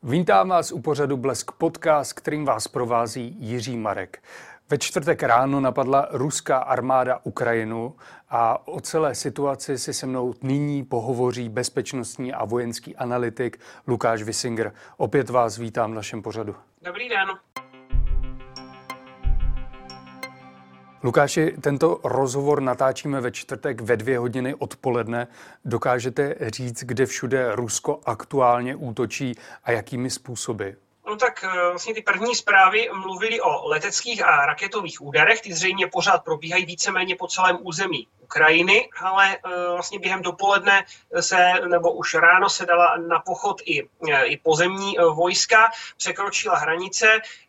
Vítám vás u pořadu Blesk Podcast, kterým vás provází Jiří Marek. Ve čtvrtek ráno napadla ruská armáda Ukrajinu a o celé situaci si se mnou nyní pohovoří bezpečnostní a vojenský analytik Lukáš Wissinger. Opět vás vítám v našem pořadu. Dobrý den. Lukáši, tento rozhovor natáčíme ve čtvrtek ve 2 hodiny odpoledne. Dokážete říct, kde všude Rusko aktuálně útočí a jakými způsoby? No tak vlastně ty první zprávy mluvily o leteckých a raketových úderech, ty zřejmě pořád probíhají víceméně po celém území Ukrajiny, ale vlastně během dopoledne nebo už ráno se dala na pochod i pozemní vojska, překročila hranice,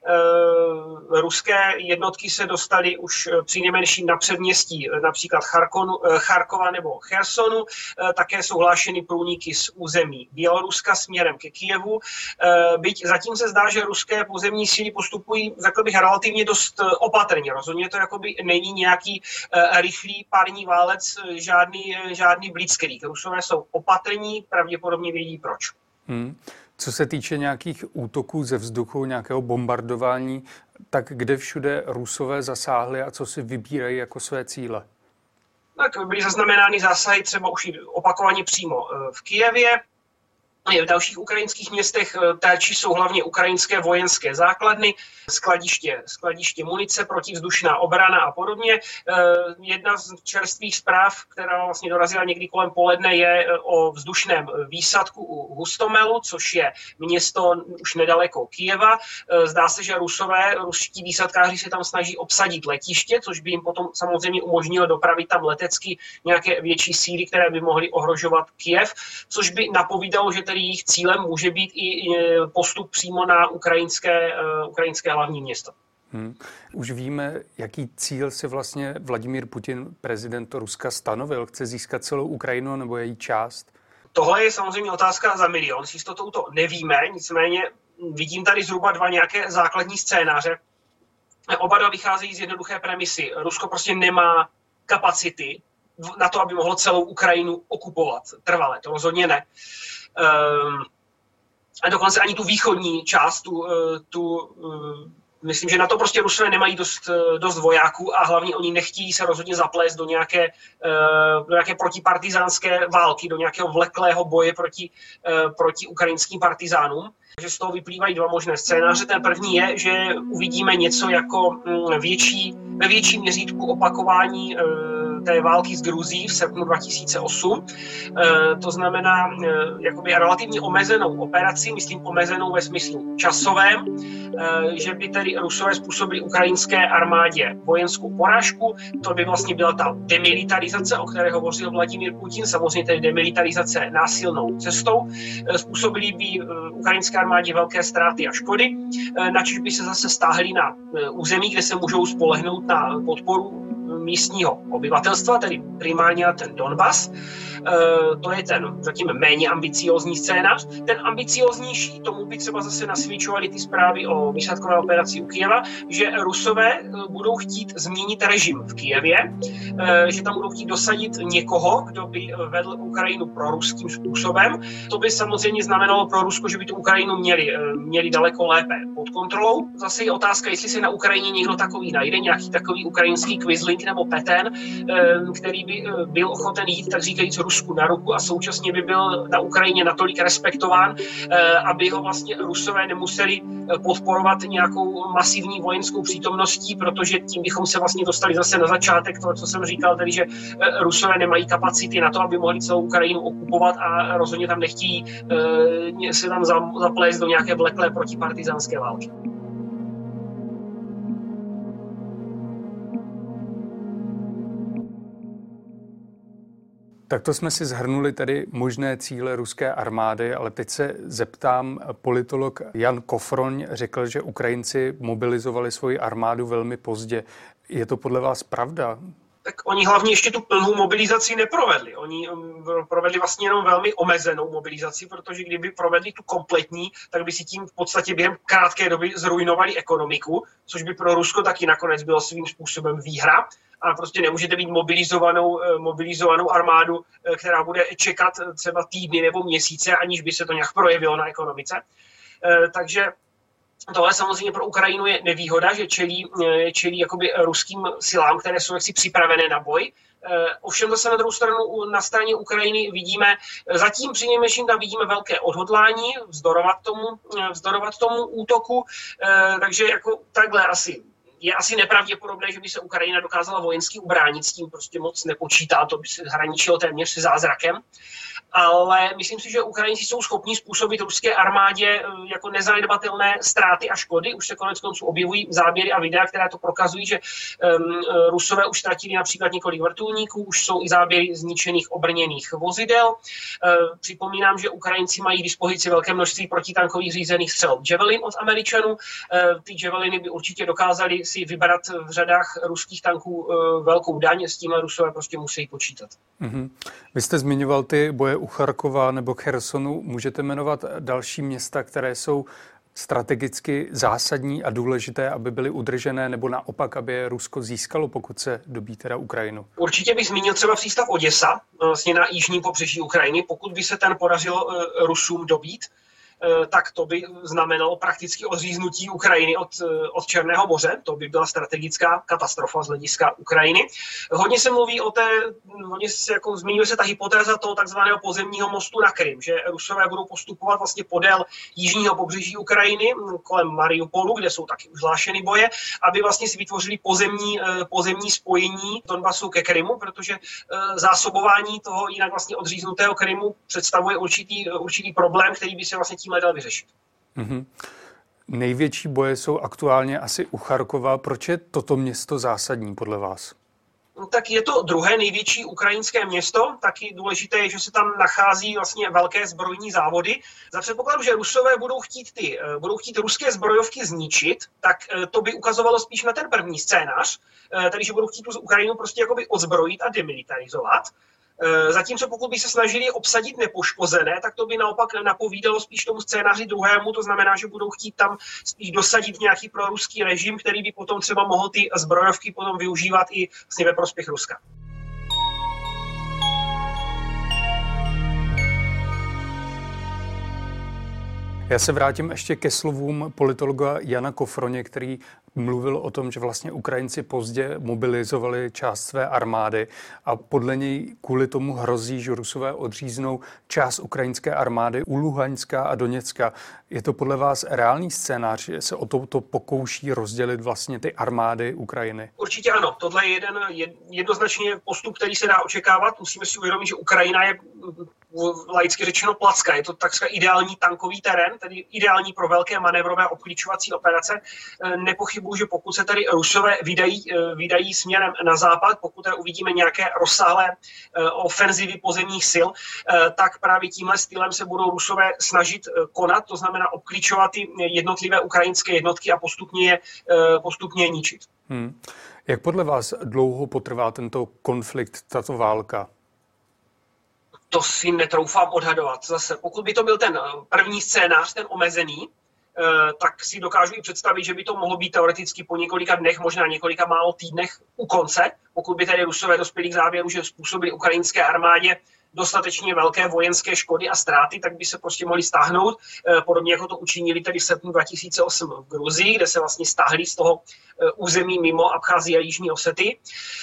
ruské jednotky se dostaly už přinejmenším na předměstí například Charkova nebo Chersonu, také jsou hlášeny průniky z území Běloruska směrem ke Kyjevu, byť zatím se zdá, že ruské pozemní síly postupují, řekl bych, relativně dost opatrně. Rozhodně to jakoby není nějaký rychlý pární válec, žádný blitzkrieg. Rusové jsou opatrní, pravděpodobně vědí proč. Co se týče nějakých útoků ze vzduchu, nějakého bombardování, tak kde všude Rusové zasáhli a co si vybírají jako své cíle? Tak byly zaznamenány zásahy třeba už opakovaně přímo v Kyjevě. V dalších ukrajinských městech terčí jsou hlavně ukrajinské vojenské základny, skladiště munice, protivzdušná obrana a podobně. Jedna z čerstvých zpráv, která vlastně dorazila někdy kolem poledne, je o vzdušném výsadku u Hustomelu, což je město už nedaleko Kyjeva. Zdá se, že ruští výsadkáři se tam snaží obsadit letiště, což by jim potom samozřejmě umožnilo dopravit tam letecky nějaké větší síly, které by mohly ohrožovat Kyjev, což by napovídalo, že tedy jejich cílem může být i postup přímo na ukrajinské hlavní město. Už víme, jaký cíl si vlastně Vladimír Putin, prezident Ruska, stanovil. Chce získat celou Ukrajinu nebo její část? Tohle je samozřejmě otázka za milion. S jistotou to nevíme, nicméně vidím tady zhruba 2 nějaké základní scénáře. Oba dva vycházejí z jednoduché premisy. Rusko prostě nemá kapacity na to, aby mohlo celou Ukrajinu okupovat trvale. To rozhodně ne. A dokonce ani tu východní část, myslím, že na to prostě Rusové nemají dost vojáků a hlavně oni nechtějí se rozhodně zaplést do nějaké protipartizánské války, do nějakého vleklého boje proti ukrajinským partizánům. Takže z toho vyplývají 2 možné scénáře. Ten první je, že uvidíme něco jako ve větším měřítku opakování té války s Gruzií v srpnu 2008. To znamená jakoby relativně omezenou operaci, myslím omezenou ve smyslu časovém, že by tedy Rusové způsobili ukrajinské armádě vojenskou porážku. To by vlastně byla ta demilitarizace, o které hovořil Vladimír Putin, samozřejmě tedy demilitarizace násilnou cestou. Způsobili by ukrajinské armádě velké ztráty a škody, načež by se zase stáhli na území, kde se můžou spolehnout na podporu místního obyvatelstva, tedy primárně na ten Donbas. To je ten, řekněme, méně ambiciózní scénář. Ten ambicióznější, tomu by třeba zase nasvědčovaly ty zprávy o výsadkové operaci u Kyjeva, že Rusové budou chtít změnit režim v Kyjevě, že tam budou chtít dosadit někoho, kdo by vedl Ukrajinu proruským způsobem. To by samozřejmě znamenalo pro Rusko, že by tu Ukrajinu měli daleko lépe pod kontrolou. Zase je otázka, jestli se na Ukrajině někdo takový najde, nějaký takový ukrajinský Quisling nebo Peten, který by byl ochoten jít, tak říkajíc, Rusku na ruku a současně by byl na Ukrajině natolik respektován, aby ho vlastně Rusové nemuseli podporovat nějakou masivní vojenskou přítomností, protože tím bychom se vlastně dostali zase na začátek toho, co jsem říkal, tedy že Rusové nemají kapacity na to, aby mohli celou Ukrajinu okupovat a rozhodně tam nechtějí se tam zaplést do nějaké vleklé protipartizánské války. Takto jsme si shrnuli tedy možné cíle ruské armády, ale teď se zeptám, politolog Jan Kofroň řekl, že Ukrajinci mobilizovali svoji armádu velmi pozdě. Je to podle vás pravda? Tak oni hlavně ještě tu plnou mobilizaci neprovedli. Oni provedli vlastně jenom velmi omezenou mobilizaci, protože kdyby provedli tu kompletní, tak by si tím v podstatě během krátké doby zrujnovali ekonomiku, což by pro Rusko taky nakonec bylo svým způsobem výhra. A prostě nemůžete být mobilizovanou armádu, která bude čekat třeba týdny nebo měsíce, aniž by se to nějak projevilo na ekonomice. Takže tohle samozřejmě pro Ukrajinu je nevýhoda, že čelí jakoby ruským silám, které jsou jaksi připravené na boj. Ovšem zase na druhou stranu na straně Ukrajiny vidíme, zatím přinejmenším tam vidíme velké odhodlání vzdorovat tomu útoku, takže jako takhle je asi nepravděpodobné, že by se Ukrajina dokázala vojensky ubránit, s tím prostě moc nepočítá, to by se hraničilo téměř se zázrakem. Ale myslím si, že Ukrajinci jsou schopni způsobit ruské armádě jako nezanedbatelné ztráty a škody. Už se koneckonců objevují záběry a videa, které to prokazují, že Rusové už ztratili například několik vrtulníků, už jsou i záběry zničených obrněných vozidel. Připomínám, že Ukrajinci mají k dispozici velké množství protitankových řízených střel Javelin od Američanů. Ty Javeliny by určitě dokázali si vybrat v řadách ruských tanků velkou daň, s tím Rusové prostě musí počítat. Mm-hmm. Vy jste zmiňoval ty boje u Charkova nebo Chersonu. Můžete jmenovat další města, které jsou strategicky zásadní a důležité, aby byly udržené, nebo naopak, aby je Rusko získalo, pokud se dobí teda Ukrajinu? Určitě bych zmínil třeba přístav Oděsa, vlastně na jižním pobřeží Ukrajiny. Pokud by se ten podařilo Rusům dobít, tak to by znamenalo prakticky odříznutí Ukrajiny od Černého moře. To by byla strategická katastrofa z hlediska Ukrajiny. Hodně se mluví zmiňuje se ta hypotéza toho takzvaného pozemního mostu na Krym, že Rusové budou postupovat vlastně podél jižního pobřeží Ukrajiny, kolem Mariupolu, kde jsou taky už hlášeny boje, aby vlastně si vytvořili pozemní spojení Donbasu ke Krymu, protože zásobování toho jinak vlastně odříznutého Krymu představuje určitý problém, který by se vlastně tímhle dal vyřešit. Mm-hmm. Největší boje jsou aktuálně asi u Charkova. Proč je toto město zásadní podle vás? Tak je to druhé největší ukrajinské město. Taky důležité je, že se tam nachází vlastně velké zbrojní závody. Za předpokladu, že Rusové budou chtít ruské zbrojovky zničit, tak to by ukazovalo spíš na ten první scénář, tedy že budou chtít tu Ukrajinu prostě jakoby odzbrojit a demilitarizovat. Zatímco pokud by se snažili obsadit nepoškozené, tak to by naopak napovídalo spíš tomu scénáři druhému, to znamená, že budou chtít tam spíš dosadit nějaký proruský režim, který by potom třeba mohl ty zbrojovky potom využívat i vlastně ve prospěch Ruska. Já se vrátím ještě ke slovům politologa Jana Kofroně, který mluvil o tom, že vlastně Ukrajinci pozdě mobilizovali část své armády a podle něj kvůli tomu hrozí, že Rusové odříznou část ukrajinské armády u Luhanska a Doněcka. Je to podle vás reálný scénář, že se o to pokouší rozdělit vlastně ty armády Ukrajiny? Určitě ano. Tohle je jednoznačně postup, který se dá očekávat. Musíme si uvědomit, že Ukrajina je laicky řečeno placka. Je to takřka ideální tankový terén, tedy ideální pro velké manévrové obklíčovací operace. Nepochybuji, že pokud se tady Rusové vydají směrem na západ, pokud tady uvidíme nějaké rozsáhlé ofenzivy pozemních sil, tak právě tímhle stylem se budou Rusové snažit konat, to znamená obklíčovat ty jednotlivé ukrajinské jednotky a postupně je ničit. Jak podle vás dlouho potrvá tento konflikt, tato válka? To si netroufám odhadovat. Zase, pokud by to byl ten první scénář, ten omezený, tak si dokážu i představit, že by to mohlo být teoreticky po několika dnech, možná několika málo týdnech u konce, pokud by tedy Rusové dospěli k závěru, že způsobili ukrajinské armádě dostatečně velké vojenské škody a ztráty, tak by se prostě mohli stáhnout. Podobně jako to učinili tedy v srpnu 2008 v Gruzii, kde se vlastně stáhli z toho území mimo Abcházie a Jižní Osety.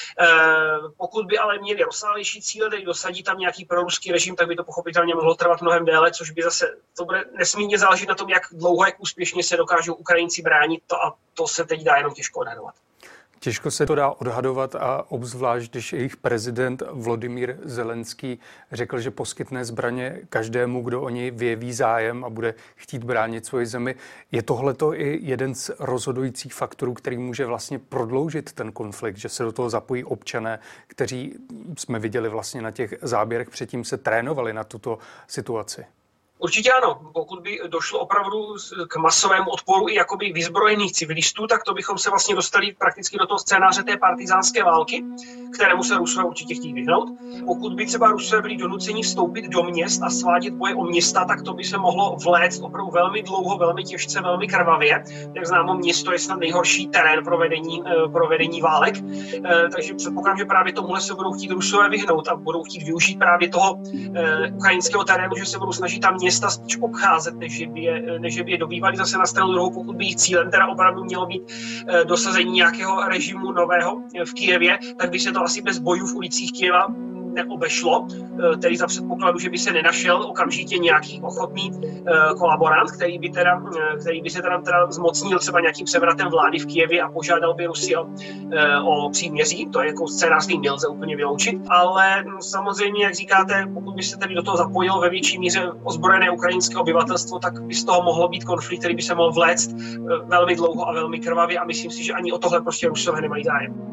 Pokud by ale měli rozsáhlejší cíle, tedy dosadit tam nějaký proruský režim, tak by to pochopitelně mohlo trvat mnohem déle, což by zase, to bude nesmírně záležet na tom, jak dlouho, jak úspěšně se dokážou Ukrajinci bránit, to se teď dá jenom těžko odhadovat. Těžko se to dá odhadovat a obzvlášť, když jejich prezident Volodymyr Zelenský řekl, že poskytne zbraně každému, kdo o něj vyjeví zájem a bude chtít bránit svoji zemi. Je tohleto i jeden z rozhodujících faktorů, který může vlastně prodloužit ten konflikt, že se do toho zapojí občané, kteří jsme viděli vlastně na těch záběrech, předtím se trénovali na tuto situaci? Určitě ano. Pokud by došlo opravdu k masovému odporu i jakoby vyzbrojených civilistů, tak to bychom se vlastně dostali prakticky do toho scénáře té partizánské války, kterému se Rusové určitě chtějí vyhnout. Pokud by třeba Rusové byli donuceni vstoupit do měst a svádět boje o města, tak to by se mohlo vléct opravdu velmi dlouho, velmi těžce, velmi krvavě. Jak známo, město je snad nejhorší terén pro vedení válek. Takže předpokládám, že právě tomuhle se budou chtít Rusové vyhnout a budou chtít využít právě toho ukrajinského terénu, že se budou snažit tam města spíš obcházet, než by je dobývali. Zase na stranu druhou, pokud by jejich cílem teda opravdu mělo být dosazení nějakého režimu nového v Kyjevě, tak by se to asi bez bojů v ulicích Kyjeva neobešlo, tedy za předpokladu, že by se nenašel okamžitě nějaký ochotný kolaborant, který by se teda zmocnil třeba nějakým převratem vlády v Kyjevě a požádal by Rusy o příměří. To je jako scénář, který nelze úplně vyloučit, ale samozřejmě, jak říkáte, pokud by se tedy do toho zapojilo ve větší míře ozbrojené ukrajinské obyvatelstvo, tak by z toho mohlo být konflikt, který by se mohl vléct velmi dlouho a velmi krvavě, a myslím si, že ani o tohle prostě Rusové nemají zájem.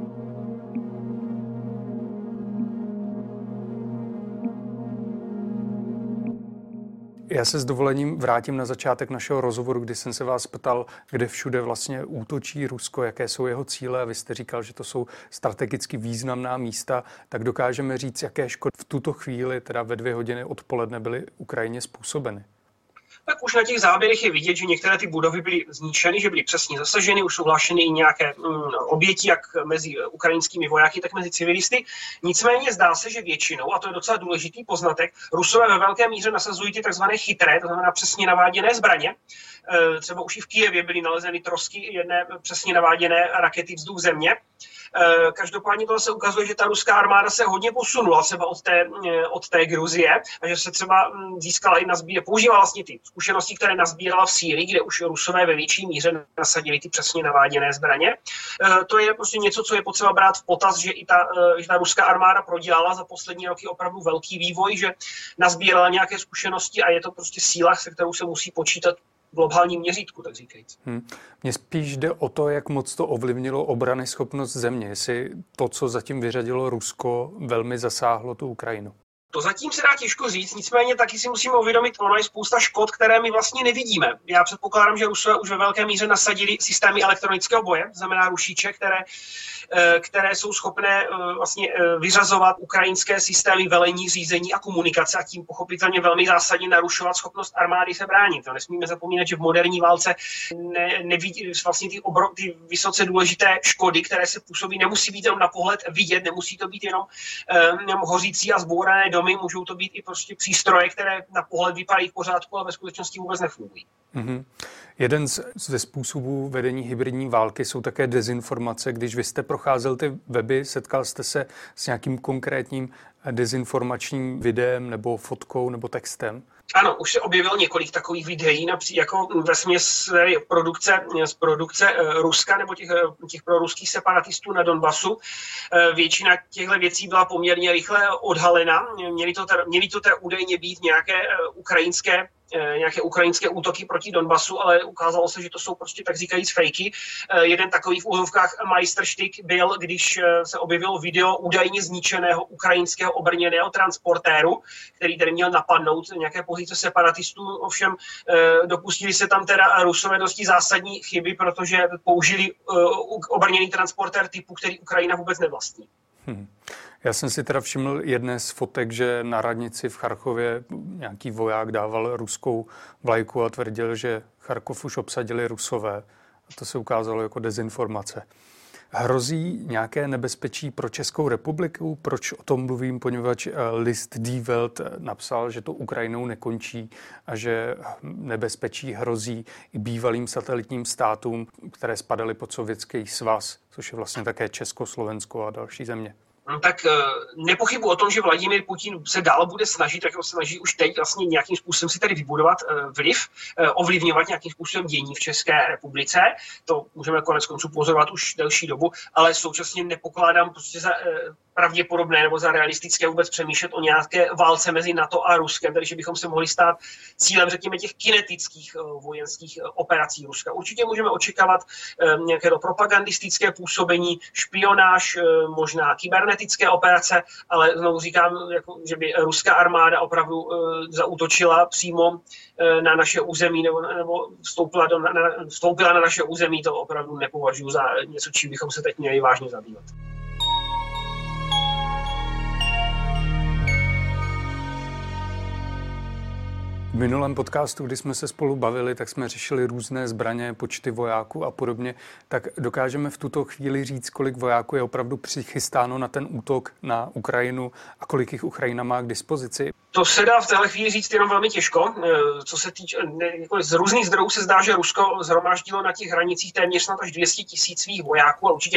Já se s dovolením vrátím na začátek našeho rozhovoru, kdy jsem se vás ptal, kde všude vlastně útočí Rusko, jaké jsou jeho cíle, a vy jste říkal, že to jsou strategicky významná místa. Tak dokážeme říct, jaké škody v tuto chvíli, teda ve 2 hodiny odpoledne, byly Ukrajině způsobeny? Tak už na těch záběrech je vidět, že některé ty budovy byly zničeny, že byly přesně zasaženy, už jsou hlášeny i nějaké oběti, jak mezi ukrajinskými vojáky, tak mezi civilisty. Nicméně zdá se, že většinou, a to je docela důležitý poznatek, Rusové ve velké míře nasazují ty takzvané chytré, to znamená přesně naváděné zbraně. Třeba už i v Kyjevě byly nalezeny trosky jedné přesně naváděné rakety vzduch země. Každopádně to se ukazuje, že ta ruská armáda se hodně posunula třeba od té Gruzie a že se třeba získala i používala vlastně ty zkušenosti, které nazbírala v Sýrii, kde už Rusové ve větší míře nasadili ty přesně naváděné zbraně. To je prostě něco, co je potřeba brát v potaz, že i ta ruská armáda prodělala za poslední roky opravdu velký vývoj, že nazbírala nějaké zkušenosti a je to prostě síla, se kterou se musí počítat v globálním měřítku, tak říkajíc. Mně spíš jde o to, jak moc to ovlivnilo obranyschopnost země, jestli to, co zatím vyřadilo Rusko, velmi zasáhlo tu Ukrajinu. To zatím se dá těžko říct, nicméně taky si musíme uvědomit, ono je spousta škod, které my vlastně nevidíme. Já předpokládám, že Rusové už ve velké míře nasadili systémy elektronického boje, to znamená rušiče, které jsou schopné vlastně vyřazovat ukrajinské systémy velení, řízení a komunikace a tím pochopitelně velmi zásadně narušovat schopnost armády se bránit. To nesmíme zapomínat, že v moderní válce nevidí vlastně ty vysoce důležité škody, které se působí, nemusí být jenom na pohled vidět, nemusí to být jenom hořící a zbourané domy, můžou to být i prostě přístroje, které na pohled vypadají v pořádku, ale ve skutečnosti vůbec nefungují. Jeden ze způsobů vedení hybridní války jsou také dezinformace. Když vy jste procházel ty weby, setkal jste se s nějakým konkrétním dezinformačním videem nebo fotkou nebo textem? Ano, už se objevilo několik takových videí, jako vesměs z produkce Ruska nebo těch proruských separatistů na Donbasu. Většina těchto věcí byla poměrně rychle odhalena. Měly to teda údajně být nějaké ukrajinské útoky proti Donbasu, ale ukázalo se, že to jsou prostě tak říkajíc fejky. Jeden takový v úzovkách majstrštyk byl, když se objevilo video údajně zničeného ukrajinského obrněného transportéru, který tedy měl napadnout nějaké pozice separatistů. Ovšem dopustili se tam teda Rusové dosti zásadní chyby, protože použili obrněný transportér typu, který Ukrajina vůbec nevlastní. Já jsem si teda všiml jedné z fotek, že na radnici v Charkově nějaký voják dával ruskou vlajku a tvrdil, že Charkov už obsadili Rusové. A to se ukázalo jako dezinformace. Hrozí nějaké nebezpečí pro Českou republiku? Proč o tom mluvím? Poněvadž list Die Welt napsal, že to Ukrajinou nekončí a že nebezpečí hrozí i bývalým satelitním státům, které spadaly pod Sovětský svaz, což je vlastně také Česko, Slovensko a další země. Tak nepochybuji o tom, že Vladimír Putin se dál bude snažit, jak se snaží už teď vlastně nějakým způsobem si tady vybudovat vliv, ovlivňovat nějakým způsobem dění v České republice. To můžeme konec konců pozorovat už delší dobu, ale současně nepokládám prostě za pravděpodobné nebo za realistické vůbec přemýšlet o nějaké válce mezi NATO a Ruskem, takže bychom se mohli stát cílem, řekněme, těch kinetických vojenských operací Ruska. Určitě můžeme očekávat nějaké propagandistické působení, špionáž, možná kybernetické operace, ale znovu říkám, že by ruská armáda opravdu zaútočila přímo na naše území nebo vstoupila na naše území, to opravdu nepovažuji za něco, čím bychom se teď měli vážně zabývat. V minulém podcastu, kdy jsme se spolu bavili, tak jsme řešili různé zbraně, počty vojáků a podobně. Tak dokážeme v tuto chvíli říct, kolik vojáků je opravdu přichystáno na ten útok na Ukrajinu a kolik jich Ukrajina má k dispozici? To se dá v téhle chvíli říct jenom velmi těžko. Co se týče, z různých zdrojů se zdá, že Rusko shromáždilo na těch hranicích téměř snad až 200 000 svých vojáků, a určitě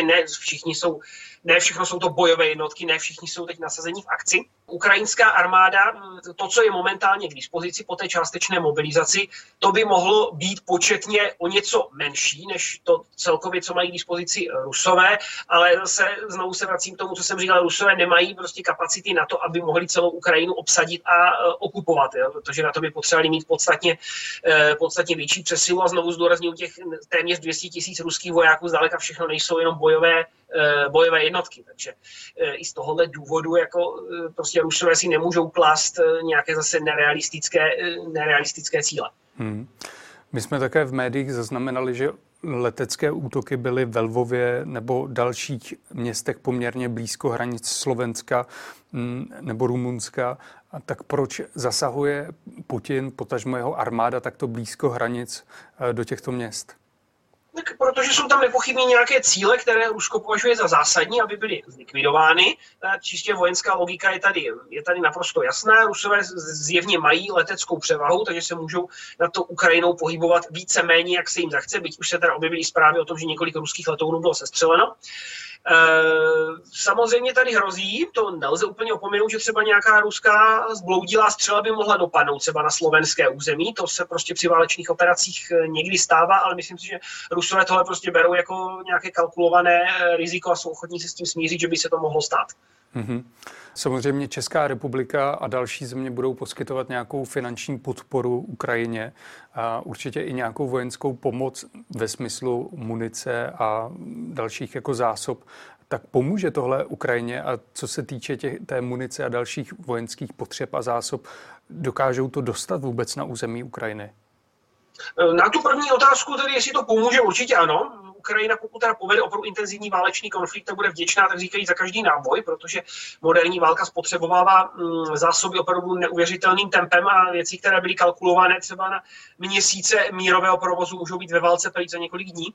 ne všechno jsou to bojové jednotky, ne všichni jsou teď nasazení v akci. Ukrajinská armáda, to, co je momentálně k dispozici po té částečné mobilizaci, to by mohlo být početně o něco menší, než to celkově, co mají k dispozici Rusové, ale znovu se vracím k tomu, co jsem říkal, Rusové nemají prostě kapacity na to, aby mohli celou Ukrajinu obsadit a okupovat, protože na to by potřebovali mít podstatně větší přesilu, a znovu zdůrazňuji, těch téměř 200 000 ruských vojáků zdaleka všechno nejsou jenom bojové jednotky, takže i z tohohle důvodu jako prostě Rusové si nemůžou klást nějaké zase nerealistické cíle. My jsme také v médiích zaznamenali, že letecké útoky byly ve Lvově nebo dalších městech poměrně blízko hranic Slovenska nebo Rumunska. A tak proč zasahuje Putin, potažmo jeho armáda, takto blízko hranic do těchto měst? Tak protože jsou tam nepochybně nějaké cíle, které Rusko považuje za zásadní, aby byly zlikvidovány. Ta čistě vojenská logika je tady naprosto jasná. Rusové zjevně mají leteckou převahu, takže se můžou nad tou Ukrajinou pohybovat víceméně, jak se jim zachce, byť už se teda objevily zprávy o tom, že několik ruských letounů bylo sestřeleno. Samozřejmě tady hrozí, to nelze úplně opomenout, že třeba nějaká ruská zbloudilá střela by mohla dopadnout třeba na slovenské území. To se prostě při válečných operacích někdy stává, ale myslím si, že Rusové tohle prostě berou jako nějaké kalkulované riziko a jsou ochotní se s tím smířit, že by se to mohlo stát. Samozřejmě Česká republika a další země budou poskytovat nějakou finanční podporu Ukrajině a určitě i nějakou vojenskou pomoc ve smyslu munice a dalších jako zásob. Tak pomůže tohle Ukrajině, a co se týče té munice a dalších vojenských potřeb a zásob, dokážou to dostat vůbec na území Ukrajiny? Na tu první otázku, tedy jestli to pomůže, určitě ano. Ukrajina, pokud teda povede opravdu intenzivní válečný konflikt, tak bude vděčná, tak říkají, za každý náboj, protože moderní válka spotřebovává zásoby opravdu neuvěřitelným tempem a věci, které byly kalkulované třeba na měsíce mírového provozu, můžou být ve válce pryč za několik dní.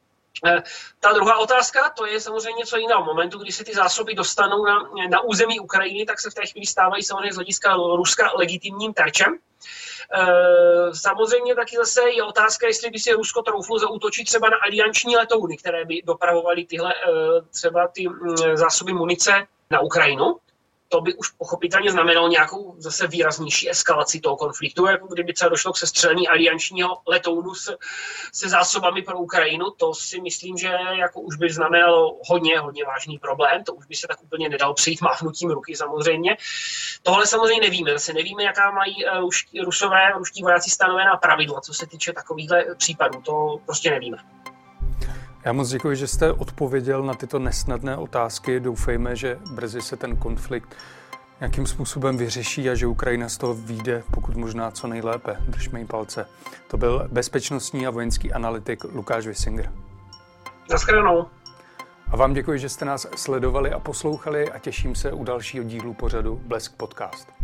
Ta druhá otázka, to je samozřejmě něco jiného. V momentu, kdy se ty zásoby dostanou na území Ukrajiny, tak se v té chvíli stávají samozřejmě z hlediska Ruska legitimním terčem. Samozřejmě taky zase je otázka, jestli by si Rusko trouflo zaútočit třeba na alianční letouny, které by dopravovaly třeba ty zásoby munice na Ukrajinu. To by už pochopitelně znamenalo nějakou zase výraznější eskalaci toho konfliktu, jako kdyby třeba došlo k sestřelení aliančního letounu se zásobami pro Ukrajinu. To si myslím, že jako už by znamenalo hodně vážný problém. To už by se tak úplně nedalo přejít mávnutím ruky samozřejmě. Tohle samozřejmě nevíme. Zase nevíme, jaká mají ruští vojáci stanovená pravidla, co se týče takovýchhle případů. To prostě nevíme. Já moc děkuji, že jste odpověděl na tyto nesnadné otázky. Doufejme, že brzy se ten konflikt nějakým způsobem vyřeší a že Ukrajina z toho vyjde pokud možná co nejlépe. Držme jí palce. To byl bezpečnostní a vojenský analytik Lukáš Wissinger. Naschledanou. A vám děkuji, že jste nás sledovali a poslouchali, a těším se u dalšího dílu pořadu Blesk Podcast.